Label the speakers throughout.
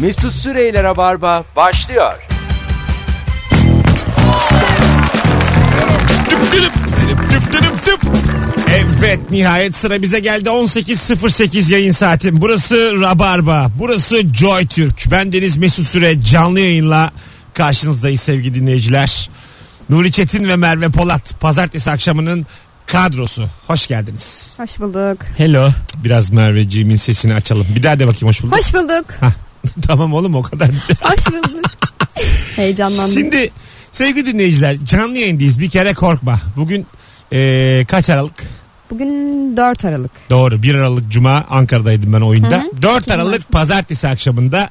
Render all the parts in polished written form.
Speaker 1: Mesut Süreyler'e Barba başlıyor.
Speaker 2: Evet, nihayet sıra bize geldi. 18.08 yayın saatim. Burası Rabarba. Burası Joy Türk. Ben Deniz Mesut Süre canlı yayınla karşınızdayız sevgili dinleyiciler. Nuri Çetin ve Merve Polat. Pazartesi akşamının kadrosu. Hoş geldiniz.
Speaker 3: Hoş bulduk.
Speaker 4: Hello.
Speaker 2: Biraz Merveciğimin sesini açalım. Bir daha de bakayım hoş bulduk.
Speaker 3: Hoş bulduk.
Speaker 2: Tamam oğlum, o kadar.
Speaker 3: Hoş bulduk. Heyecanlandım.
Speaker 2: Şimdi sevgili dinleyiciler, canlı yayındayız. Bir kere korkma. Bugün kaç Aralık?
Speaker 3: Bugün 4 Aralık.
Speaker 2: Doğru, 1 Aralık Cuma Ankara'daydım ben oyunda.
Speaker 3: Hı-hı.
Speaker 2: 4 Aralık Pazartesi akşamında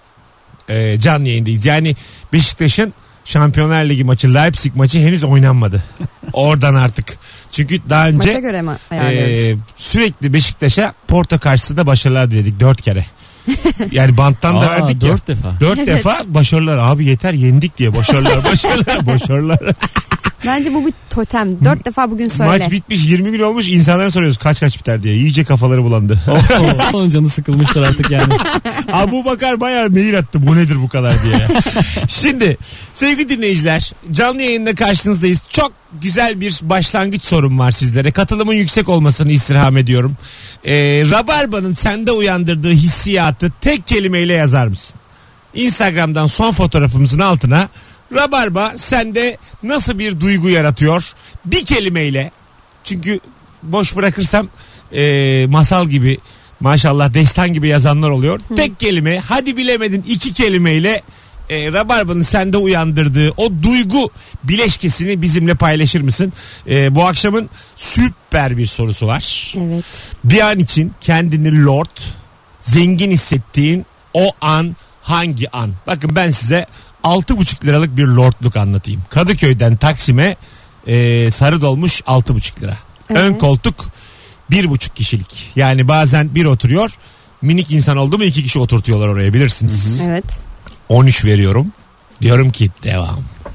Speaker 2: canlı yayındayız. Yani Beşiktaş'ın Şampiyonlar Ligi maçı, Leipzig maçı henüz oynanmadı. Oradan artık. Çünkü daha önce
Speaker 3: maça göre mi ayarlıyoruz?
Speaker 2: Sürekli Beşiktaş'a Porto karşısında başarılar diledik 4 kere. Yani banttan da verdik
Speaker 4: 4 defa.
Speaker 2: 4 defa başarılar abi, yeter yendik diye başarılar.
Speaker 3: Bence bu bir totem. 4 defa bugün söyle.
Speaker 2: Maç bitmiş 20 gün olmuş, insanlara soruyoruz kaç biter diye. İyice kafaları bulandı.
Speaker 4: Onun canı sıkılmışlar artık yani.
Speaker 2: Abu Bakar bayağı mail attı, bu nedir bu kadar diye. Şimdi sevgili dinleyiciler, canlı yayında karşınızdayız. Çok güzel bir başlangıç sorum var sizlere. Katılımın yüksek olmasını istirham ediyorum. Rabarba'nın sende uyandırdığı hissiyatı tek kelimeyle yazar mısın? Instagram'dan son fotoğrafımızın altına Rabarba sende nasıl bir duygu yaratıyor? Bir kelimeyle, çünkü boş bırakırsam masal gibi, maşallah destan gibi yazanlar oluyor. Tek kelime, hadi bilemedin 2 kelimeyle Rabarba'nın sende uyandırdığı o duygu bileşkesini bizimle paylaşır mısın? Bu akşamın süper bir sorusu var.
Speaker 3: Evet.
Speaker 2: Bir an için kendini lord, zengin hissettiğin o an hangi an? Bakın ben size 6,5 liralık bir lordluk anlatayım. Kadıköy'den Taksim'e sarı dolmuş 6,5 lira.
Speaker 3: Evet.
Speaker 2: Ön koltuk 1,5 kişilik. Yani bazen bir oturuyor. Minik insan oldu mu 2 kişi oturtuyorlar oraya, bilirsiniz.
Speaker 3: Hı hı. Evet.
Speaker 2: 13 veriyorum. Diyorum ki devam.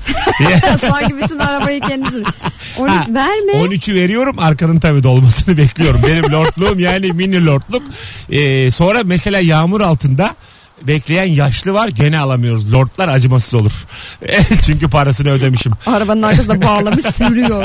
Speaker 3: Sanki bütün arabayı kendisi. 13 verme.
Speaker 2: 13'ü veriyorum, arkanın tabii dolmasını bekliyorum. Benim lordluğum yani mini lordluk. Sonra mesela yağmur altında bekleyen yaşlı var, gene alamıyoruz. Lordlar acımasız olur. Çünkü parasını ödemişim.
Speaker 3: Arabanın arkasında bağlamış sürüyor.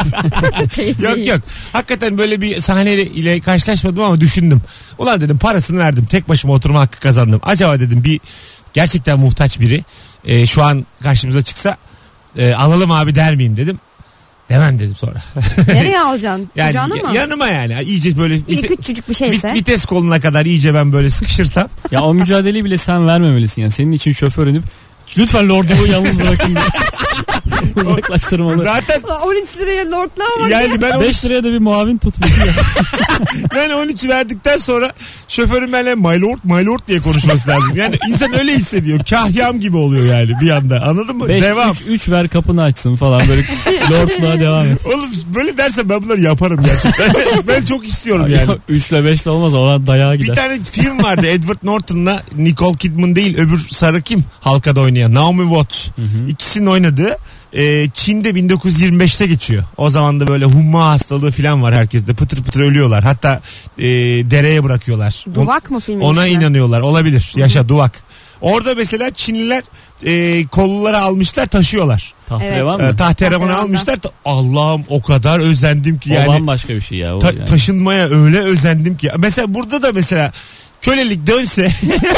Speaker 2: Yok. Hakikaten böyle bir sahneyle karşılaşmadım ama düşündüm. Ulan dedim, parasını verdim. Tek başıma oturma hakkı kazandım. Acaba dedim bir gerçekten muhtaç biri şu an karşımıza çıksa alalım abi der miyim dedim. Demem dedim sonra.
Speaker 3: Nereye alacaksın?
Speaker 2: Yani
Speaker 3: Kucağına mı?
Speaker 2: yanıma yani. İyice böyle
Speaker 3: küçücük bir şeyse.
Speaker 2: Vites koluna kadar iyice ben böyle sıkışırsam.
Speaker 4: Ya o mücadeleyi bile sen vermemelisin yani. Senin için şoför inip lütfen lordumu yalnız bırakın diye. Uzaklaştırmalı.
Speaker 2: Zaten
Speaker 3: 13 liraya lordluğa bak
Speaker 2: yani ben
Speaker 4: 5 liraya da bir muavin tutmuş ya.
Speaker 2: Ben 13'ü verdikten sonra şoförün benimle my lord diye konuşması lazım. Yani insan öyle hissediyor. Kahyam gibi oluyor yani bir anda. Anladın mı?
Speaker 4: 5,
Speaker 2: devam.
Speaker 4: 3 ver kapını açsın falan, böyle lordluğa devam et.
Speaker 2: Oğlum böyle dersen ben bunları yaparım gerçekten. Ben çok istiyorum yani.
Speaker 4: 3 ile 5 ile olmaz, ona dayağa gider.
Speaker 2: Bir tane film vardı Edward Norton'la Nicole Kidman değil, öbür sarı kim? Halkada oynayan Naomi Watts. İkisinin oynadığı. Çin'de 1925'te geçiyor. O zaman da böyle humma hastalığı falan var herkeste. Pıtır pıtır ölüyorlar. Hatta dereye bırakıyorlar.
Speaker 3: Duvak mı filmin
Speaker 2: Ona
Speaker 3: ismi?
Speaker 2: inanıyorlar. Olabilir. Yaşa Duvak. Orada mesela Çinliler kolluları almışlar, taşıyorlar.
Speaker 4: Tahterevan
Speaker 3: Evet.
Speaker 4: mı?
Speaker 2: Tahterevanı almışlar. Allah'ım o kadar özendim ki yani.
Speaker 4: O bambaşka bir şey ya. Yani.
Speaker 2: Taşınmaya öyle özendim ki. Mesela burada da mesela kölelik dönse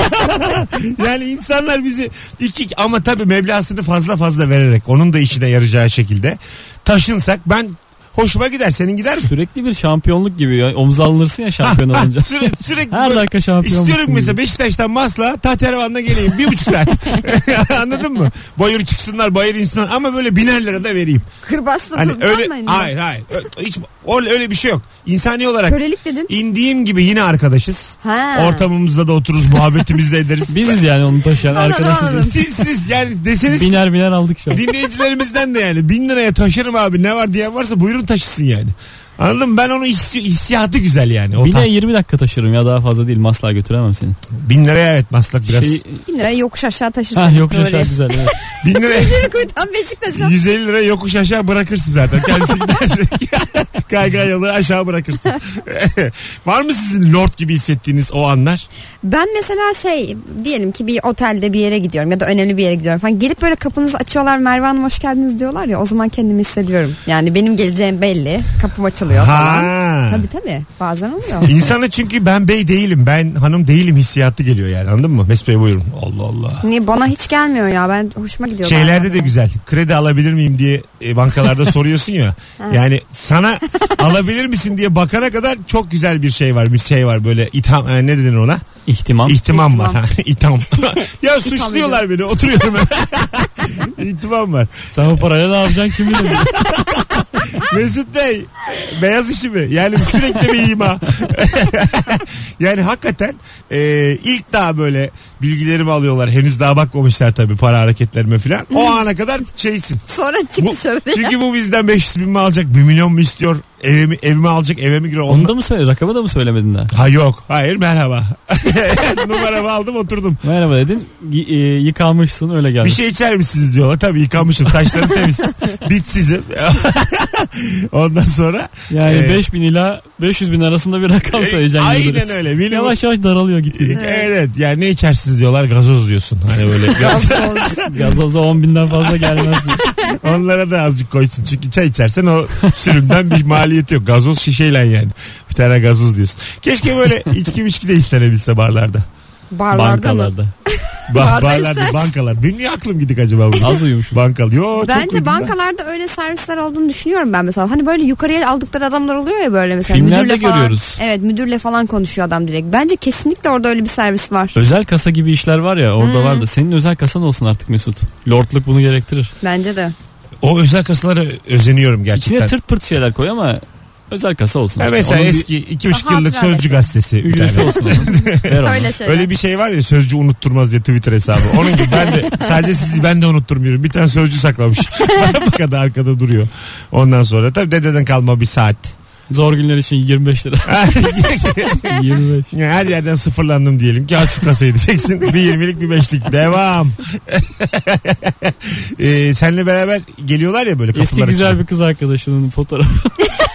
Speaker 2: yani insanlar bizi ama tabii meblasını fazla vererek, onun da işine yarayacağı şekilde taşınsak ben hoşuma gider. Senin gider mi?
Speaker 4: Sürekli bir şampiyonluk gibi ya. Omza alınırsın ya şampiyon olunca.
Speaker 2: Sürekli
Speaker 4: her dakika şampiyon
Speaker 2: İstiyorum
Speaker 4: olursun
Speaker 2: mesela
Speaker 4: gibi.
Speaker 2: Beşiktaş'tan Maslak'a Tahterevan'la geleyim 1,5 saat. Anladın mı? Bayır çıksınlar, bayır insinler ama böyle 1000'er lira da vereyim.
Speaker 3: Kırbaçla
Speaker 2: Hani öyle,
Speaker 3: mı?
Speaker 2: hayır. Hiç öyle bir şey yok. İnsani olarak
Speaker 3: Kölelik dedin.
Speaker 2: indiğim gibi yine arkadaşız.
Speaker 3: Ha.
Speaker 2: Ortamımızda da otururuz, muhabbetimizi de ederiz.
Speaker 4: Biziz yani onu taşıyan arkadaşız.
Speaker 3: Anladım.
Speaker 2: Siz yani deseniz
Speaker 4: Biner aldık şu an.
Speaker 2: dinleyicilerimizden de yani 1000 liraya taşırım abi ne var diyen varsa buyurun taşısın yani. Anladın mı? Ben onu hissiyatı güzel yani. O
Speaker 4: 20 dakika taşırım ya, daha fazla değil. Maslak'a götüremem seni.
Speaker 2: 1000 liraya evet Maslak biraz.
Speaker 3: 1000 liraya yokuş aşağı taşırsın.
Speaker 4: Yokuş aşağı güzel. Evet.
Speaker 2: 1000 lira
Speaker 3: Zincirlikuyu'dan Beşiktaş'a.
Speaker 2: 150 lira yokuş aşağı bırakırsın zaten. Kendisi gider. Kaygay yolu aşağı bırakırsın. Var mı sizin lord gibi hissettiğiniz o anlar?
Speaker 3: Ben mesela diyelim ki bir otelde bir yere gidiyorum ya da önemli bir yere gidiyorum falan. Gelip böyle kapınızı açıyorlar, Merve Hanım hoş geldiniz diyorlar ya, o zaman kendimi hissediyorum. Yani benim geleceğim belli. Kapım açılıyor falan. Tabii bazen oluyor.
Speaker 2: İnsana çünkü ben bey değilim, ben hanım değilim hissiyatı geliyor yani, anladın mı? Mesut Bey buyurun. Allah Allah.
Speaker 3: Niye, bana hiç gelmiyor ya, ben hoşuma gidiyor.
Speaker 2: Şeylerde de güzel. Kredi alabilir miyim diye bankalarda soruyorsun ya. Yani sana alabilir misin diye bakana kadar çok güzel bir şey var. Bir şey var böyle itham, ne dedin ona? İhtimam var. İtham. Ya suçluyorlar beni. Oturuyorum. İhtimam var.
Speaker 4: Sen bu parayla ne yapacaksın kim bilir?
Speaker 2: Mesut Bey, beyaz işi mi? Yani sürekli bir ima. Yani hakikaten ilk daha böyle bilgilerimi alıyorlar. Henüz daha bakmamışlar tabii para hareketlerime falan. O ana kadar şeysin.
Speaker 3: Sonra çık dışarı.
Speaker 2: Çünkü bu bizden 500 bin mi alacak, 1 milyon mu istiyor? Evimi alacak, eve mi giriyor?
Speaker 4: Onu da mı söyle? Rakamı da mı söylemedin daha?
Speaker 2: Ha yok. Hayır, merhaba. Numaramı aldım, oturdum.
Speaker 4: Merhaba dedin. Yıkanmışsın, öyle geldin.
Speaker 2: Bir şey içer misiniz diyorlar. Tabii yıkanmışım. Saçlarım temiz. Bitsizim. Ondan sonra.
Speaker 4: Yani 5.000 ila 500.000 arasında bir rakam söyleyeceksin.
Speaker 2: Aynen öyle.
Speaker 4: Yavaş yavaş daralıyor gitti.
Speaker 2: Evet. Yani ne içersiniz diyorlar. Gazoz diyorsun. Hani böyle.
Speaker 4: Gazoza 10.000'den fazla gelmez.
Speaker 2: Onlara da azıcık koysun. Çünkü çay içersen o sürümden bir maliyeti yok. Gazoz şişeyle yani. Bir tane gazoz diyorsun. Keşke böyle içki de istenebilse barlarda.
Speaker 4: Bankalarda.
Speaker 2: Barlarda, bankalar. Benim niye aklım gidik acaba?
Speaker 4: Az uyumuş.
Speaker 2: Bankalı. Yo,
Speaker 3: bence bankalarda öyle servisler olduğunu düşünüyorum ben mesela. Hani böyle yukarıya aldıkları adamlar oluyor ya böyle mesela.
Speaker 4: Filmlerde
Speaker 3: müdürle falan.
Speaker 4: görüyoruz.
Speaker 3: Evet, müdürle falan konuşuyor adam direkt. Bence kesinlikle orada öyle bir servis var.
Speaker 4: Özel kasa gibi işler var ya, orada var da. Senin özel kasan olsun artık Mesut. Lordluk bunu gerektirir.
Speaker 3: Bence de.
Speaker 2: O özel kasalara özeniyorum gerçekten.
Speaker 4: İçine tırt pırt şeyler koy ama özel kasa olsun.
Speaker 2: Ha, mesela eski 2,5 yıllık Sözcü gazetesi.
Speaker 4: Ücretli olsun.
Speaker 3: Öyle şeyler.
Speaker 2: Öyle bir şey var ya, Sözcü unutturmaz diye Twitter hesabı. Onun gibi ben de sadece sizi ben de unutturmuyorum. Bir tane Sözcü saklamış. Bu kadar arkada duruyor. Ondan sonra tabii dededen kalma bir saat.
Speaker 4: Zor günler için 25 lira. 25.
Speaker 2: Yani her yerden sıfırlandım diyelim ki, aç şu kasayı diyeceksin. Bir 20'lik bir 5'lik. Devam. Seninle beraber geliyorlar ya böyle kapılar
Speaker 4: eski güzel
Speaker 2: açıyor.
Speaker 4: Bir kız arkadaşının fotoğrafı.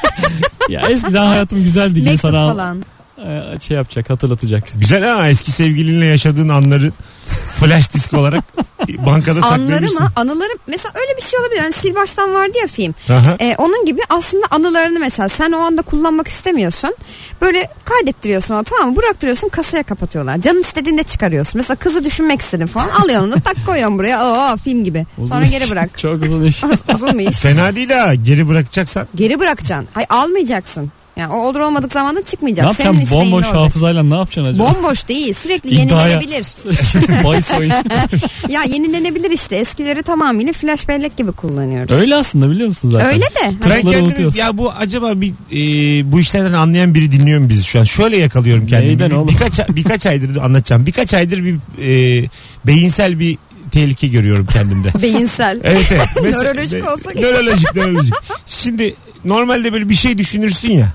Speaker 4: Ya eskiden hayatım güzeldi diye
Speaker 3: Mektup
Speaker 4: sana
Speaker 3: falan.
Speaker 4: Şey yapacak, hatırlatacak.
Speaker 2: Güzel ha, eski sevgilinle yaşadığın anları flash disk olarak bankada
Speaker 3: saklamışsın.
Speaker 2: saklamışsın.
Speaker 3: Anları mı? Anıları mesela öyle bir şey olabilir. Hani Sil Baştan vardı ya film. Onun gibi aslında anılarını mesela sen o anda kullanmak istemiyorsun. Böyle kaydettiriyorsun onu, tamam mı? Bıraktırıyorsun, kasaya kapatıyorlar. Canın istediğinde çıkarıyorsun. Mesela kızı düşünmek istedin falan. Alıyorsun onu, tak koyuyorsun buraya. Film gibi. Sonra geri bırak.
Speaker 4: Çok uzun iş.
Speaker 3: Uzun mu iş?
Speaker 2: Fena değil ha. Geri bırakacaksan.
Speaker 3: Geri bırakacaksın. Hayır, almayacaksın. Yani o olur olmadık zamanda çıkmayacak.
Speaker 4: Ne yapacaksın? Bomboş hafızayla ne yapacaksın acaba?
Speaker 3: Bomboş değil. Sürekli yenilenebilir.
Speaker 4: Bahis oyun.
Speaker 3: Ya yenilenebilir işte. Eskileri tamamıyla flash bellek gibi kullanıyoruz.
Speaker 4: Öyle aslında, biliyor musun zaten?
Speaker 3: Öyle de.
Speaker 2: Ben kendimi, ya bu acaba bu işlerden anlayan biri dinliyor mu bizi şu an? Şöyle yakalıyorum kendimi.
Speaker 4: Neyden oğlum?
Speaker 2: Birkaç aydır anlatacağım. Birkaç aydır bir beyinsel bir tehlike görüyorum kendimde.
Speaker 3: Beyinsel.
Speaker 2: Evet.
Speaker 3: Nörolojik olsa
Speaker 2: Nörolojik. Şimdi normalde böyle bir şey düşünürsün ya.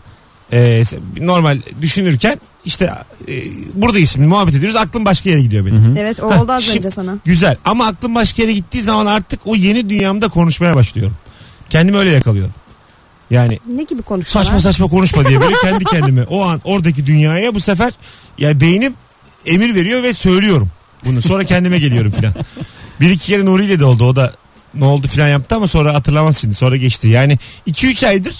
Speaker 2: Normal düşünürken işte buradayız şimdi, muhabbet ediyoruz, aklım başka yere gidiyor benim.
Speaker 3: Hı-hı. Evet, o oldu az önce sana.
Speaker 2: Güzel, ama aklım başka yere gittiği zaman artık o yeni dünyamda konuşmaya başlıyorum. Kendimi öyle yakalıyorum. Yani
Speaker 3: ne gibi konuşmalar?
Speaker 2: Saçma saçma konuşma diye böyle kendi kendime o an oradaki dünyaya bu sefer yani beynim emir veriyor ve söylüyorum bunu. Sonra kendime geliyorum filan. Bir iki kere Nuri ile de oldu, o da ne oldu filan yaptı ama sonra hatırlamaz şimdi, sonra geçti. Yani 2-3 aydır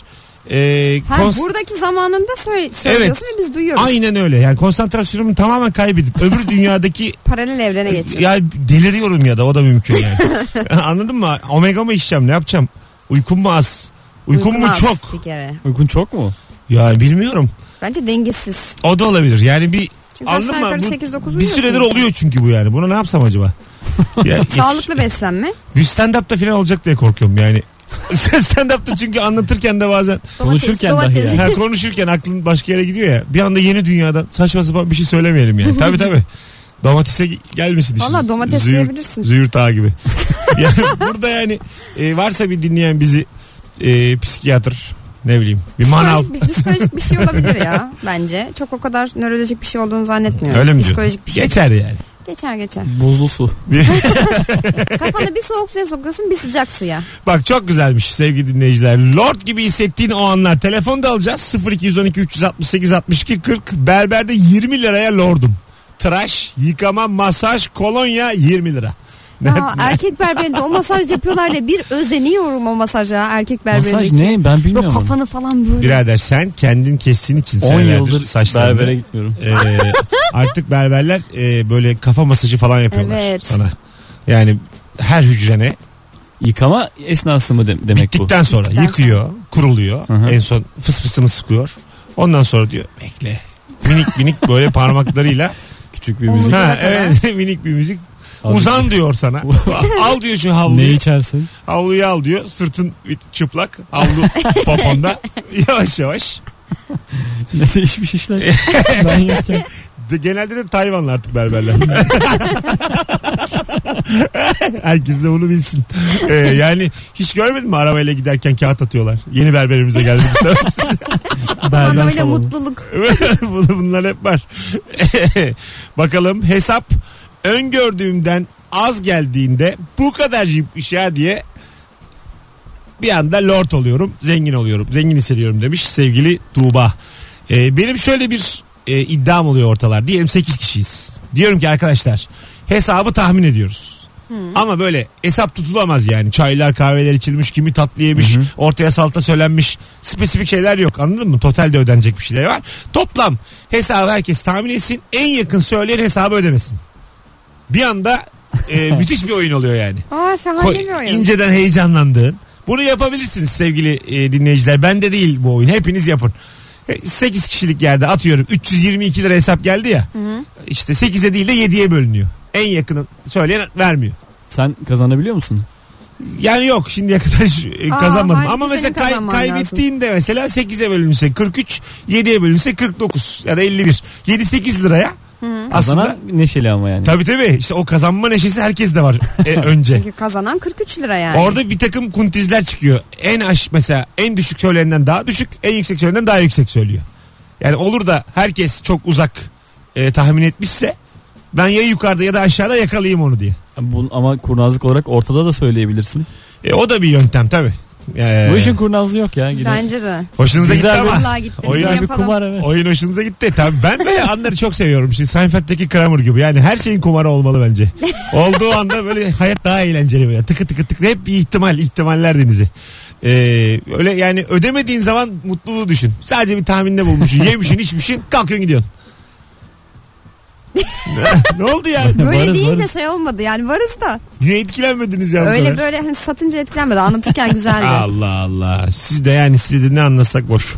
Speaker 3: buradaki zamanında söylüyorsun ve biz duyuyoruz.
Speaker 2: Aynen öyle. Yani konsantrasyonumu tamamen kaybedip öbür dünyadaki
Speaker 3: paralel evrene geçiyor.
Speaker 2: Ya deliriyorum ya da, o da mümkün yani. Anladın mı? Omega mı içeceğim, ne yapacağım? Uykum mu az? Uykum mu çok?
Speaker 3: Bir kere.
Speaker 4: Uykun çok mu?
Speaker 2: Ya bilmiyorum.
Speaker 3: Bence dengesiz.
Speaker 2: O da olabilir. Yani bir
Speaker 3: çünkü
Speaker 2: anladın mı?
Speaker 3: 8-9
Speaker 2: Bir süredir oluyor çünkü bu yani. Buna ne yapsam acaba?
Speaker 3: Sağlıklı beslenme.
Speaker 2: Bir stand-up'ta falan olacak diye korkuyorum yani. Stand-up'ta çünkü anlatırken de bazen
Speaker 4: konuşurken dahi
Speaker 2: yani. Konuşurken aklın başka yere gidiyor ya. Bir anda yeni dünyadan saçma sapan bir şey söylemeyelim yani. Tabii. Domatese gelmesin.
Speaker 3: Valla domates diyebilirsin.
Speaker 2: Züğürt ağa gibi. Yani burada yani varsa bir dinleyen bizi psikiyatr, ne bileyim, bir manav.
Speaker 3: Psikolojik bir şey olabilir ya bence. Çok o kadar nörolojik bir şey olduğunu zannetmiyorum.
Speaker 2: Öyle mi
Speaker 3: psikolojik
Speaker 2: diyor?
Speaker 3: Bir şey.
Speaker 2: Geçer yani.
Speaker 3: Geçer.
Speaker 4: Buzlu su.
Speaker 3: Kafanı bir soğuk suya sokuyorsun, bir sıcak suya.
Speaker 2: Bak çok güzelmiş sevgili dinleyiciler. Lord gibi hissettiğin o anlar. Telefonu da alacağız. 0212 368 62 40. Berberde 20 liraya lordum. Tıraş, yıkama, masaj, kolonya 20 lira.
Speaker 3: Ya erkek berberinde o masaj yapıyorlar ya, bir özeniyorum o masaja erkek berberindeki.
Speaker 4: Masaj ne? Ben bilmiyorum.
Speaker 3: Böyle kafanı falan böyle.
Speaker 2: Birader sen kendin kestiğin için
Speaker 4: 10 yıldır berbere gitmiyorum.
Speaker 2: Artık berberler böyle kafa masajı falan yapıyorlar
Speaker 3: Evet.
Speaker 2: sana. Yani her hücrene
Speaker 4: Yıkama esnası mı demek bu?
Speaker 2: bittikten sonra yıkıyor, kuruluyor.
Speaker 4: Hı-hı.
Speaker 2: En son fısfısını sıkıyor. Ondan sonra diyor bekle. Minik böyle parmaklarıyla.
Speaker 4: Küçük bir müzik.
Speaker 2: Ha, evet minik bir müzik. Uzan diyor sana. Al diyor şu havluyu.
Speaker 4: Ne içersin?
Speaker 2: Havluyu al diyor. Sırtın çıplak. Havlu poponda. Yavaş yavaş.
Speaker 4: Ne değişmiş işler. Ben yapacağım.
Speaker 2: Genelde de Tayvanlı artık berberler. Herkes de bunu bilsin. Yani hiç görmedin mi arabayla giderken kağıt atıyorlar. Yeni berberimize geldik.
Speaker 4: Berber
Speaker 3: Anlamıyla
Speaker 4: salonu.
Speaker 3: mutluluk.
Speaker 2: Bunlar hep var. Bakalım hesap öngördüğümden az geldiğinde bu kadarcıkmış ya diye bir anda lord oluyorum, zengin oluyorum, zengin hissediyorum demiş sevgili Tuğba. Benim şöyle bir iddiam oluyor ortalar. Diyelim 8 kişiyiz. Diyorum ki arkadaşlar hesabı tahmin ediyoruz. Ama böyle hesap tutulamaz yani. Çaylar kahveler içilmiş, kimi tatlı yemiş, ortaya salata söylenmiş, spesifik şeyler yok, anladın mı? Totalde ödenecek bir şeyler var. Toplam hesabı herkes tahmin etsin, en yakın söyleyen hesabı ödemesin. Bir anda müthiş bir oyun oluyor yani.
Speaker 3: Aa, şahane bir oyun.
Speaker 2: İnceden heyecanlandığın. Bunu yapabilirsiniz sevgili dinleyiciler. Bende değil bu oyun. Hepiniz yapın. 8 kişilik yerde atıyorum 322 lira hesap geldi ya. İşte 8'e değil de 7'ye bölünüyor. En yakını söyleyen vermiyor.
Speaker 4: Sen kazanabiliyor musun?
Speaker 2: Yani yok şimdiye kadar kazanmadım.
Speaker 3: halbuki
Speaker 2: Ama mesela
Speaker 3: senin kazanman
Speaker 2: kaybettiğinde mesela 8'e bölünse 43, 7'ye bölünse 49 ya da 51. 7-8 liraya. Aslında
Speaker 4: Kazanan neşeli ama yani.
Speaker 2: tabii işte o kazanma neşesi herkeste var önce.
Speaker 3: Çünkü kazanan 43 lira yani.
Speaker 2: Orada bir takım kuntizler çıkıyor. Mesela en düşük söyleyenden daha düşük, en yüksek söyleyenden daha yüksek söylüyor. Yani olur da herkes çok uzak tahmin etmişse ben ya yukarıda ya da aşağıda yakalayayım onu diye.
Speaker 4: Ama kurnazlık olarak ortada da söyleyebilirsin.
Speaker 2: O da bir yöntem tabii.
Speaker 4: Bu işin kurnazlığı yok ya.
Speaker 3: Bence de.
Speaker 2: Hoşunuza
Speaker 4: Güzel
Speaker 2: gitti
Speaker 4: bir-
Speaker 2: ama.
Speaker 3: Vallahi gitti.
Speaker 2: Oyun-
Speaker 3: Biz
Speaker 4: Bir
Speaker 3: yapalım.
Speaker 4: kumar evet.
Speaker 2: Oyun hoşunuza gitti. Tabii ben böyle anları çok seviyorum. Şimdi Seinfeld'deki Kramer gibi. Yani her şeyin kumarı olmalı bence. Olduğu anda böyle hayat daha eğlenceli böyle. Tıkı tıkı tıkı. Hep bir ihtimaller denizi. Öyle yani ödemediğin zaman mutluluğu düşün. Sadece bir tahminde bulmuşsun. Yemişsin içmişsin kalkıyorsun gidiyorsun. Ne oldu ya?
Speaker 3: Böyle
Speaker 4: Varız,
Speaker 3: deyince
Speaker 4: varız.
Speaker 3: şey olmadı yani, varız da.
Speaker 2: Niye etkilenmediniz ya? bu
Speaker 3: Öyle
Speaker 2: kadar?
Speaker 3: böyle hani satınca etkilenmedi, anlatırken güzeldi.
Speaker 2: Allah Allah. Siz de yani size de ne anlatsak boş.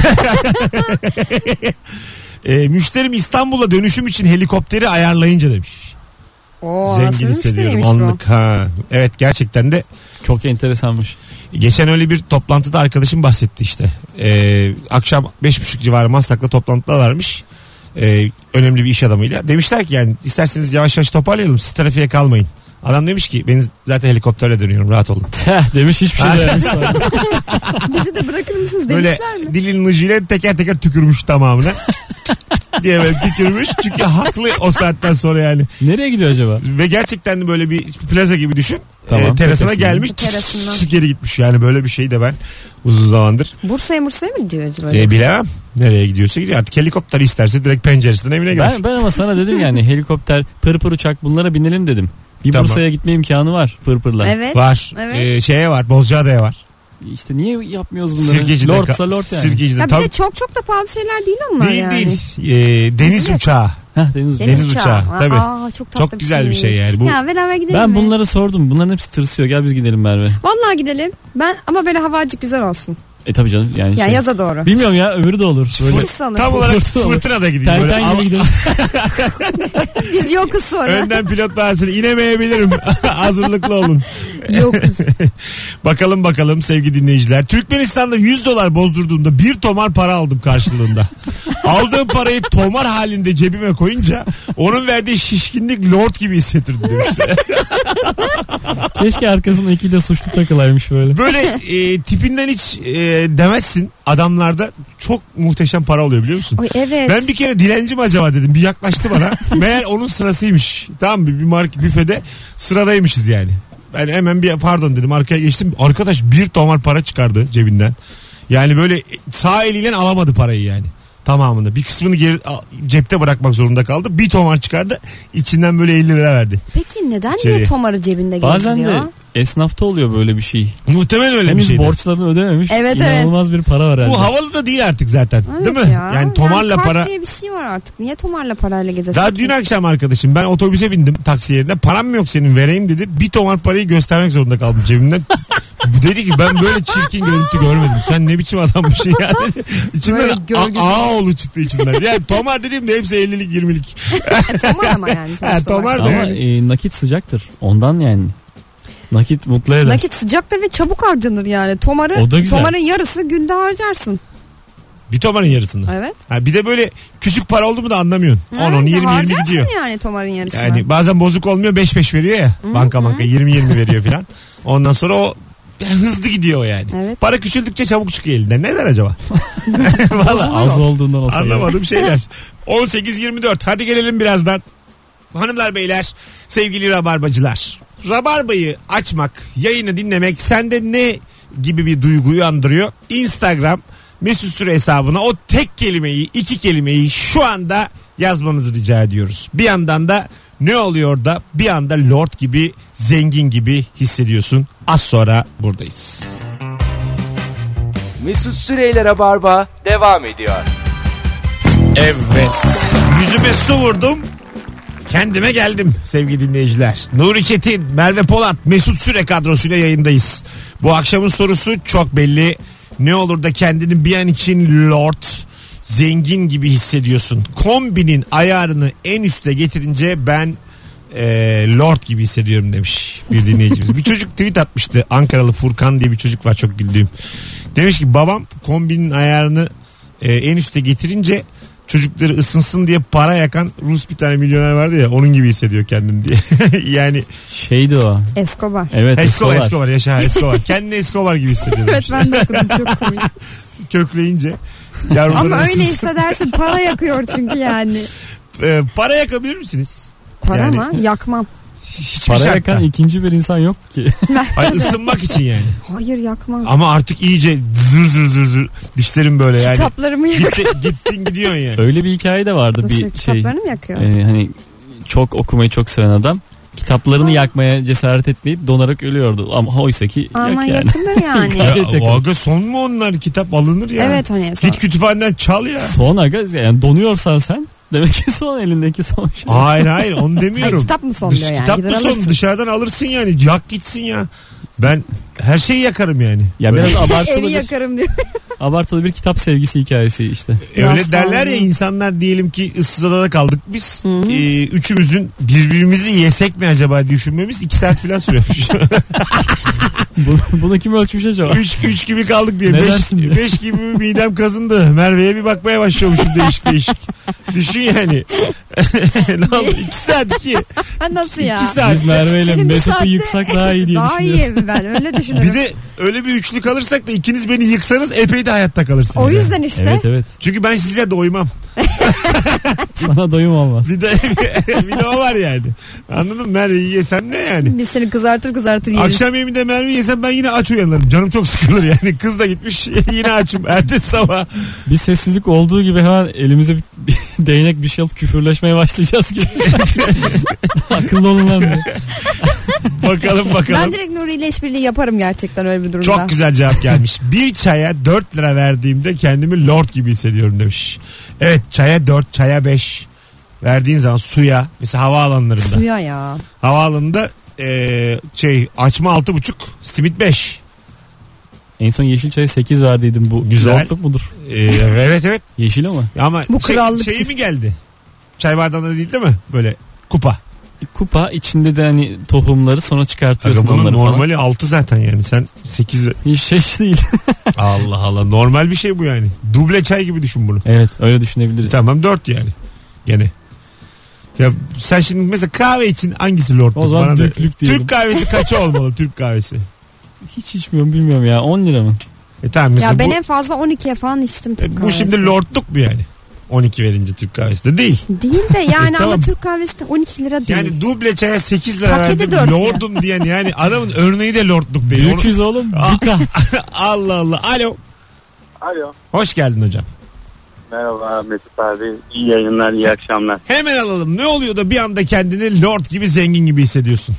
Speaker 2: Müşterim İstanbul'a dönüşüm için helikopteri ayarlayınca demiş.
Speaker 3: Oo, nasıl
Speaker 2: Zengin
Speaker 3: bir
Speaker 2: hissediyorum
Speaker 3: müşteriymiş bu.
Speaker 2: anlık. Ha. Evet gerçekten de
Speaker 4: Çok enteresanmış.
Speaker 2: geçen öyle bir toplantıda arkadaşım bahsetti işte. Akşam 5.30 civarı Maslak'ta toplantıdalarmış. Önemli bir iş adamıyla. Demişler ki yani isterseniz yavaş yavaş toparlayalım, siz trafiğe kalmayın. Adam demiş ki ben zaten helikopterle dönüyorum, rahat olun.
Speaker 4: Demiş hiçbir şey dememiş sonra.
Speaker 3: Bizi de bırakır mısınız
Speaker 2: Böyle
Speaker 3: demişler mi?
Speaker 2: dilin ucuyla teker teker tükürmüş tamamına. diye böyle tükürmüş. Çünkü haklı o saatten sonra yani.
Speaker 4: Nereye gidiyor acaba?
Speaker 2: Ve gerçekten de böyle bir plaza gibi düşün.
Speaker 4: Tamam,
Speaker 2: terasına
Speaker 4: tepesinden.
Speaker 2: gelmiş.
Speaker 3: Terasından.
Speaker 2: Geri gitmiş. Yani böyle bir şey de ben uzun zamandır.
Speaker 3: Bursa'ya mı gidiyor acaba?
Speaker 2: Bilemem. Nereye gidiyorsa gidiyor. Artık helikopter isterse direkt penceresinden evine gider.
Speaker 4: Ben ama sana dedim yani helikopter, pırpır uçak bunlara binelim dedim. Bir
Speaker 2: Tamam.
Speaker 4: Bursa'ya gitme imkanı var pırpırla.
Speaker 3: Evet.
Speaker 2: Var.
Speaker 3: Evet.
Speaker 2: Şeye var. Bozcaada'ya var.
Speaker 4: İşte niye yapmıyoruz bunları?
Speaker 2: Sirkeci'de.
Speaker 4: Lordsa Lord yani.
Speaker 2: Sirkeci'de.
Speaker 3: Ha, bir
Speaker 2: Tabii.
Speaker 3: de çok da pahalı şeyler değil onlar
Speaker 2: Değil
Speaker 3: yani.
Speaker 2: değil. Deniz uçağı.
Speaker 4: Heh, deniz uçağı.
Speaker 2: Deniz uçağı, tabii.
Speaker 3: Aa, çok tatlı
Speaker 2: Çok güzel bir şey yani. Bu
Speaker 3: Ya beraber gidelim
Speaker 4: Ben
Speaker 3: mi?
Speaker 4: bunları sordum. Bunların hepsi tırsıyor. Gel biz gidelim Merve.
Speaker 3: Vallahi gidelim. Ben ama böyle havacık güzel olsun.
Speaker 4: Tabii canım yani.
Speaker 3: Ya yaza doğru.
Speaker 4: Bilmiyorum ya öbürü de olur. Böyle
Speaker 3: Fırs alır.
Speaker 2: tam olarak
Speaker 4: Fırtına olur.
Speaker 2: fırtına da gideyim. Böyle
Speaker 4: Telten gibi gidelim.
Speaker 3: Biz yokuz sonra.
Speaker 2: önden pilot bağırsın. İnemeyebilirim. Hazırlıklı olun.
Speaker 3: Yokuz.
Speaker 2: Bakalım sevgili dinleyiciler. Türkmenistan'da $100 bozdurduğumda bir tomar para aldım karşılığında. Aldığım parayı tomar halinde cebime koyunca onun verdiği şişkinlik lord gibi hissettirdi demişler.
Speaker 4: Keşke arkasında iki de suçlu takılaymış böyle.
Speaker 2: Böyle tipinden hiç demezsin. Adamlarda çok muhteşem para oluyor biliyor musun?
Speaker 3: Oy, evet.
Speaker 2: Ben bir kere dilenci mi acaba dedim. Bir yaklaştı bana. Meğer onun sırasıymış. Tamam mı? Bir market büfede sıradaymışız yani. Ben hemen bir pardon dedim, arkaya geçtim. Arkadaş bir tomar para çıkardı cebinden. Yani böyle sağ eliyle alamadı parayı yani. Tamamını. Bir kısmını geri cepte bırakmak zorunda kaldı. Bir tomar çıkardı. İçinden böyle 50 lira verdi.
Speaker 3: Peki neden
Speaker 2: İçeriye.
Speaker 3: bir tomarı cebinde
Speaker 4: Bazen
Speaker 3: gezdiriyor?
Speaker 4: de esnafta oluyor böyle bir şey.
Speaker 2: Muhtemelen öyle bir
Speaker 4: Henüz
Speaker 2: şeydi.
Speaker 4: borçlarını ödememiş.
Speaker 3: Evet,
Speaker 4: İnanılmaz bir para var herhalde.
Speaker 2: Bu havalı da değil artık zaten.
Speaker 3: Evet
Speaker 2: değil mi?
Speaker 3: ya.
Speaker 2: Yani tomarla
Speaker 3: kart
Speaker 2: para.
Speaker 3: diye bir şey var artık. Niye tomarla parayla gezesin?
Speaker 2: Daha dün akşam arkadaşım, ben otobüse bindim taksi yerine. Param mı yok senin, vereyim dedi. Bir tomar parayı göstermek zorunda kaldım cebimden. Dedi ki ben böyle çirkin görüntü görmedim. Sen ne biçim adammışsın ya dedi. İçimden Ağaoğlu çıktı içimden. Yani tomar dediğimde hepsi 50'lik 20'lik.
Speaker 3: Tomar ama yani.
Speaker 2: Tomar da
Speaker 4: Ama
Speaker 2: yani.
Speaker 4: nakit sıcaktır. Ondan yani. Nakit mutlu eder.
Speaker 3: Nakit sıcaktır ve çabuk harcanır yani.
Speaker 4: O da güzel.
Speaker 3: Tomarın yarısı günde harcarsın.
Speaker 2: Bir tomarın yarısını.
Speaker 3: Evet.
Speaker 2: Ha, bir de böyle küçük para oldu mu da anlamıyorsun. 10 20
Speaker 3: harcarsın
Speaker 2: gidiyor.
Speaker 3: yani tomarın yarısını.
Speaker 2: Yani bazen bozuk olmuyor, 5 veriyor ya. Banka 20 veriyor filan. Ondan sonra o hızlı gidiyor o yani.
Speaker 3: Evet.
Speaker 2: Para küçüldükçe çabuk çıkıyor elinden. Neden acaba? Vallahi
Speaker 4: Az olduğundan olsa.
Speaker 2: anlamadığım şeyler. 18-24. Hadi gelelim birazdan. Hanımlar beyler, sevgili rabarbacılar. Rabarbayı açmak, yayını dinlemek sende ne gibi bir duyguyu andırıyor? Instagram Mesut Süre hesabına o tek kelimeyi, 2 kelimeyi şu anda yazmanızı rica ediyoruz. Bir yandan da ne oluyor da bir anda lord gibi, zengin gibi hissediyorsun. Az sonra buradayız.
Speaker 1: Mesut Süreyler'e barba devam ediyor.
Speaker 2: Evet. Yüzüme su vurdum. Kendime geldim sevgili dinleyiciler. Nuri Çetin, Merve Polat, Mesut Süre kadrosuyla yayındayız. Bu akşamın sorusu çok belli. Ne olur da kendini bir an için lord, zengin gibi hissediyorsun. Kombinin ayarını en üste getirince ben lord gibi hissediyorum demiş bir dinleyicimiz. Bir çocuk tweet atmıştı. Ankaralı Furkan diye bir çocuk var, çok güldüğüm. Demiş ki babam kombinin ayarını en üste getirince çocukları ısınsın diye para yakan Rus bir tane milyoner vardı ya, onun gibi hissediyor kendini diye. Yani
Speaker 4: Şeydi o.
Speaker 3: Escobar.
Speaker 4: Evet,
Speaker 2: Escobar yaşa Escobar. Kendini Escobar gibi hissediyor.
Speaker 3: Evet, ben de okudum, çok komik.
Speaker 2: Kökleyince.
Speaker 3: Ama öyle hissedersin, para yakıyor çünkü yani.
Speaker 2: Para yakabilir misiniz?
Speaker 3: Para
Speaker 2: Yani-
Speaker 3: mı? Yakmam.
Speaker 2: Hiçbir
Speaker 4: Para
Speaker 2: şartta.
Speaker 4: yakan ikinci bir insan yok ki.
Speaker 2: Hayır, ısınmak için yani.
Speaker 3: Hayır, yakmam.
Speaker 2: Ama artık iyice zır dişlerim böyle yani.
Speaker 3: Kitaplarımı yakıyor.
Speaker 2: Gittin gidiyorsun yani.
Speaker 4: Öyle bir hikaye de vardı.
Speaker 3: Nasıl,
Speaker 4: Bir şey.
Speaker 3: kitaplarını mı yakıyor?
Speaker 4: Hani çok okumayı çok seven adam kitaplarını yakmaya cesaret etmeyip donarak ölüyordu. Ama oysa ki
Speaker 3: Ama
Speaker 4: yak yani.
Speaker 3: yakılır yani.
Speaker 2: Ya,
Speaker 4: Evet, yakın.
Speaker 2: aga son mu onlar, kitap alınır ya.
Speaker 3: Evet, hani
Speaker 2: Git kütüphaneden çal ya.
Speaker 4: Son aga, yani donuyorsan sen demek ki son, elindeki son şey.
Speaker 2: Hayır onu demiyorum.
Speaker 3: kitap mı son diyor yani?
Speaker 2: Kitap mı
Speaker 3: Gider
Speaker 2: son,
Speaker 3: alırsın.
Speaker 2: dışarıdan alırsın yani, yak gitsin ya. Ben her şeyi yakarım yani.
Speaker 4: Ya
Speaker 2: Böyle-
Speaker 4: biraz abartılı
Speaker 3: Evi
Speaker 4: bir,
Speaker 3: yakarım diyor.
Speaker 4: abartılı bir kitap sevgisi hikayesi işte.
Speaker 2: Öyle
Speaker 3: Biraz
Speaker 2: derler ya,
Speaker 3: fazla.
Speaker 2: insanlar diyelim ki ıssız adada kaldık biz. Üçümüzün birbirimizi yesek mi acaba düşünmemiz 2 saat falan sürüyormuş.
Speaker 4: Bunu kim ölçmüş acaba?
Speaker 2: 3 gibi kaldık diye.
Speaker 4: Ne
Speaker 2: 5
Speaker 4: dersin diye.
Speaker 2: gibi midem kazındı. Merve'ye bir bakmaya başlıyormuşum değişik. Düşün yani. Ne oldu? 2 saat 2.
Speaker 3: Nasıl ya?
Speaker 2: 2 saat.
Speaker 4: Biz Merve ile
Speaker 3: Senin bir
Speaker 4: Mesut'u
Speaker 3: saatte-
Speaker 4: yıksak daha iyi diye
Speaker 3: Daha
Speaker 4: düşünüyorum.
Speaker 3: iyi, ben öyle düşünüyorum.
Speaker 2: Bir de öyle bir üçlü kalırsak da ikiniz beni yıksanız epey de hayatta kalırsınız.
Speaker 3: O
Speaker 2: yani.
Speaker 3: yüzden işte.
Speaker 4: Evet evet.
Speaker 2: Çünkü ben sizle doymam.
Speaker 4: Sana doyum olmaz.
Speaker 2: Bir de o var yani. Anladın mı? Merve'yi yesem ne yani?
Speaker 3: Biz seni kızartır yeriz.
Speaker 2: Akşam yemeğinde Merve yesem ben yine aç uyanırım. Canım çok sıkılır yani. Kız da gitmiş yine açım. Ertesi sabah.
Speaker 4: Bir sessizlik olduğu gibi hemen elimize bir değnek bir şey alıp küfürleşmeye başlayacağız gibi. Akıllı olun lan diye.
Speaker 2: Bakalım.
Speaker 3: Ben direkt Nuri ile işbirliği yaparım gerçekten öyle bir durumda.
Speaker 2: Çok güzel cevap gelmiş. Bir çaya 4 lira verdiğimde kendimi lord gibi hissediyorum demiş. Evet, çaya 4, çaya 5 verdiğin zaman suya, mesela havaalanlarında.
Speaker 3: Suya ya.
Speaker 2: Havaalanında açma 6,5, simit 5.
Speaker 4: En son yeşil çaya 8 verdiydim, bu.
Speaker 2: Güzel.
Speaker 4: Lordluk mudur?
Speaker 2: Evet.
Speaker 4: Yeşil ama.
Speaker 2: Ama
Speaker 3: Bu krallık.
Speaker 2: şey mi geldi? Çay bardağında değil mi? Böyle kupa.
Speaker 4: kupa, içinde de hani tohumları sonra çıkartıyorsun
Speaker 2: bunun
Speaker 4: onları
Speaker 2: normali
Speaker 4: falan.
Speaker 2: 6 zaten yani. Sen 8
Speaker 4: Hiç şey değil.
Speaker 2: Allah Allah, normal bir şey bu yani. Duble çay gibi düşün bunu.
Speaker 4: Evet, öyle düşünebiliriz.
Speaker 2: Tamam 4 yani. Gene. Ya sen şimdi mesela kahve için hangisi lordluk?
Speaker 4: O zaman
Speaker 2: Bana
Speaker 4: Türklük diyelim.
Speaker 2: Türk kahvesi kaça olmalı Türk kahvesi?
Speaker 4: Hiç içmiyorum, bilmiyorum ya, 10 lira mı?
Speaker 2: Tamam mesela
Speaker 3: Ya ben en fazla 12'ye falan içtim Türk
Speaker 2: bu
Speaker 3: kahvesi.
Speaker 2: şimdi lordluk mu yani? 12 verince Türk kahvesi de değil.
Speaker 3: Değil de yani
Speaker 2: Tamam.
Speaker 3: ama Türk kahvesi de 12 lira değil.
Speaker 2: Yani duble çaya 8 lira
Speaker 3: Paketi
Speaker 2: verdim
Speaker 3: 4 lira.
Speaker 2: lordum diyen yani adamın örneği de lordluk değil.
Speaker 4: Büyüküz oğlum. Bika.
Speaker 2: Allah Allah. Alo.
Speaker 5: Alo.
Speaker 2: Hoş geldin hocam.
Speaker 5: Merhaba Mesut abi. İyi yayınlar, iyi akşamlar.
Speaker 2: Hemen alalım. Ne oluyor da bir anda kendini lord gibi, zengin gibi hissediyorsun?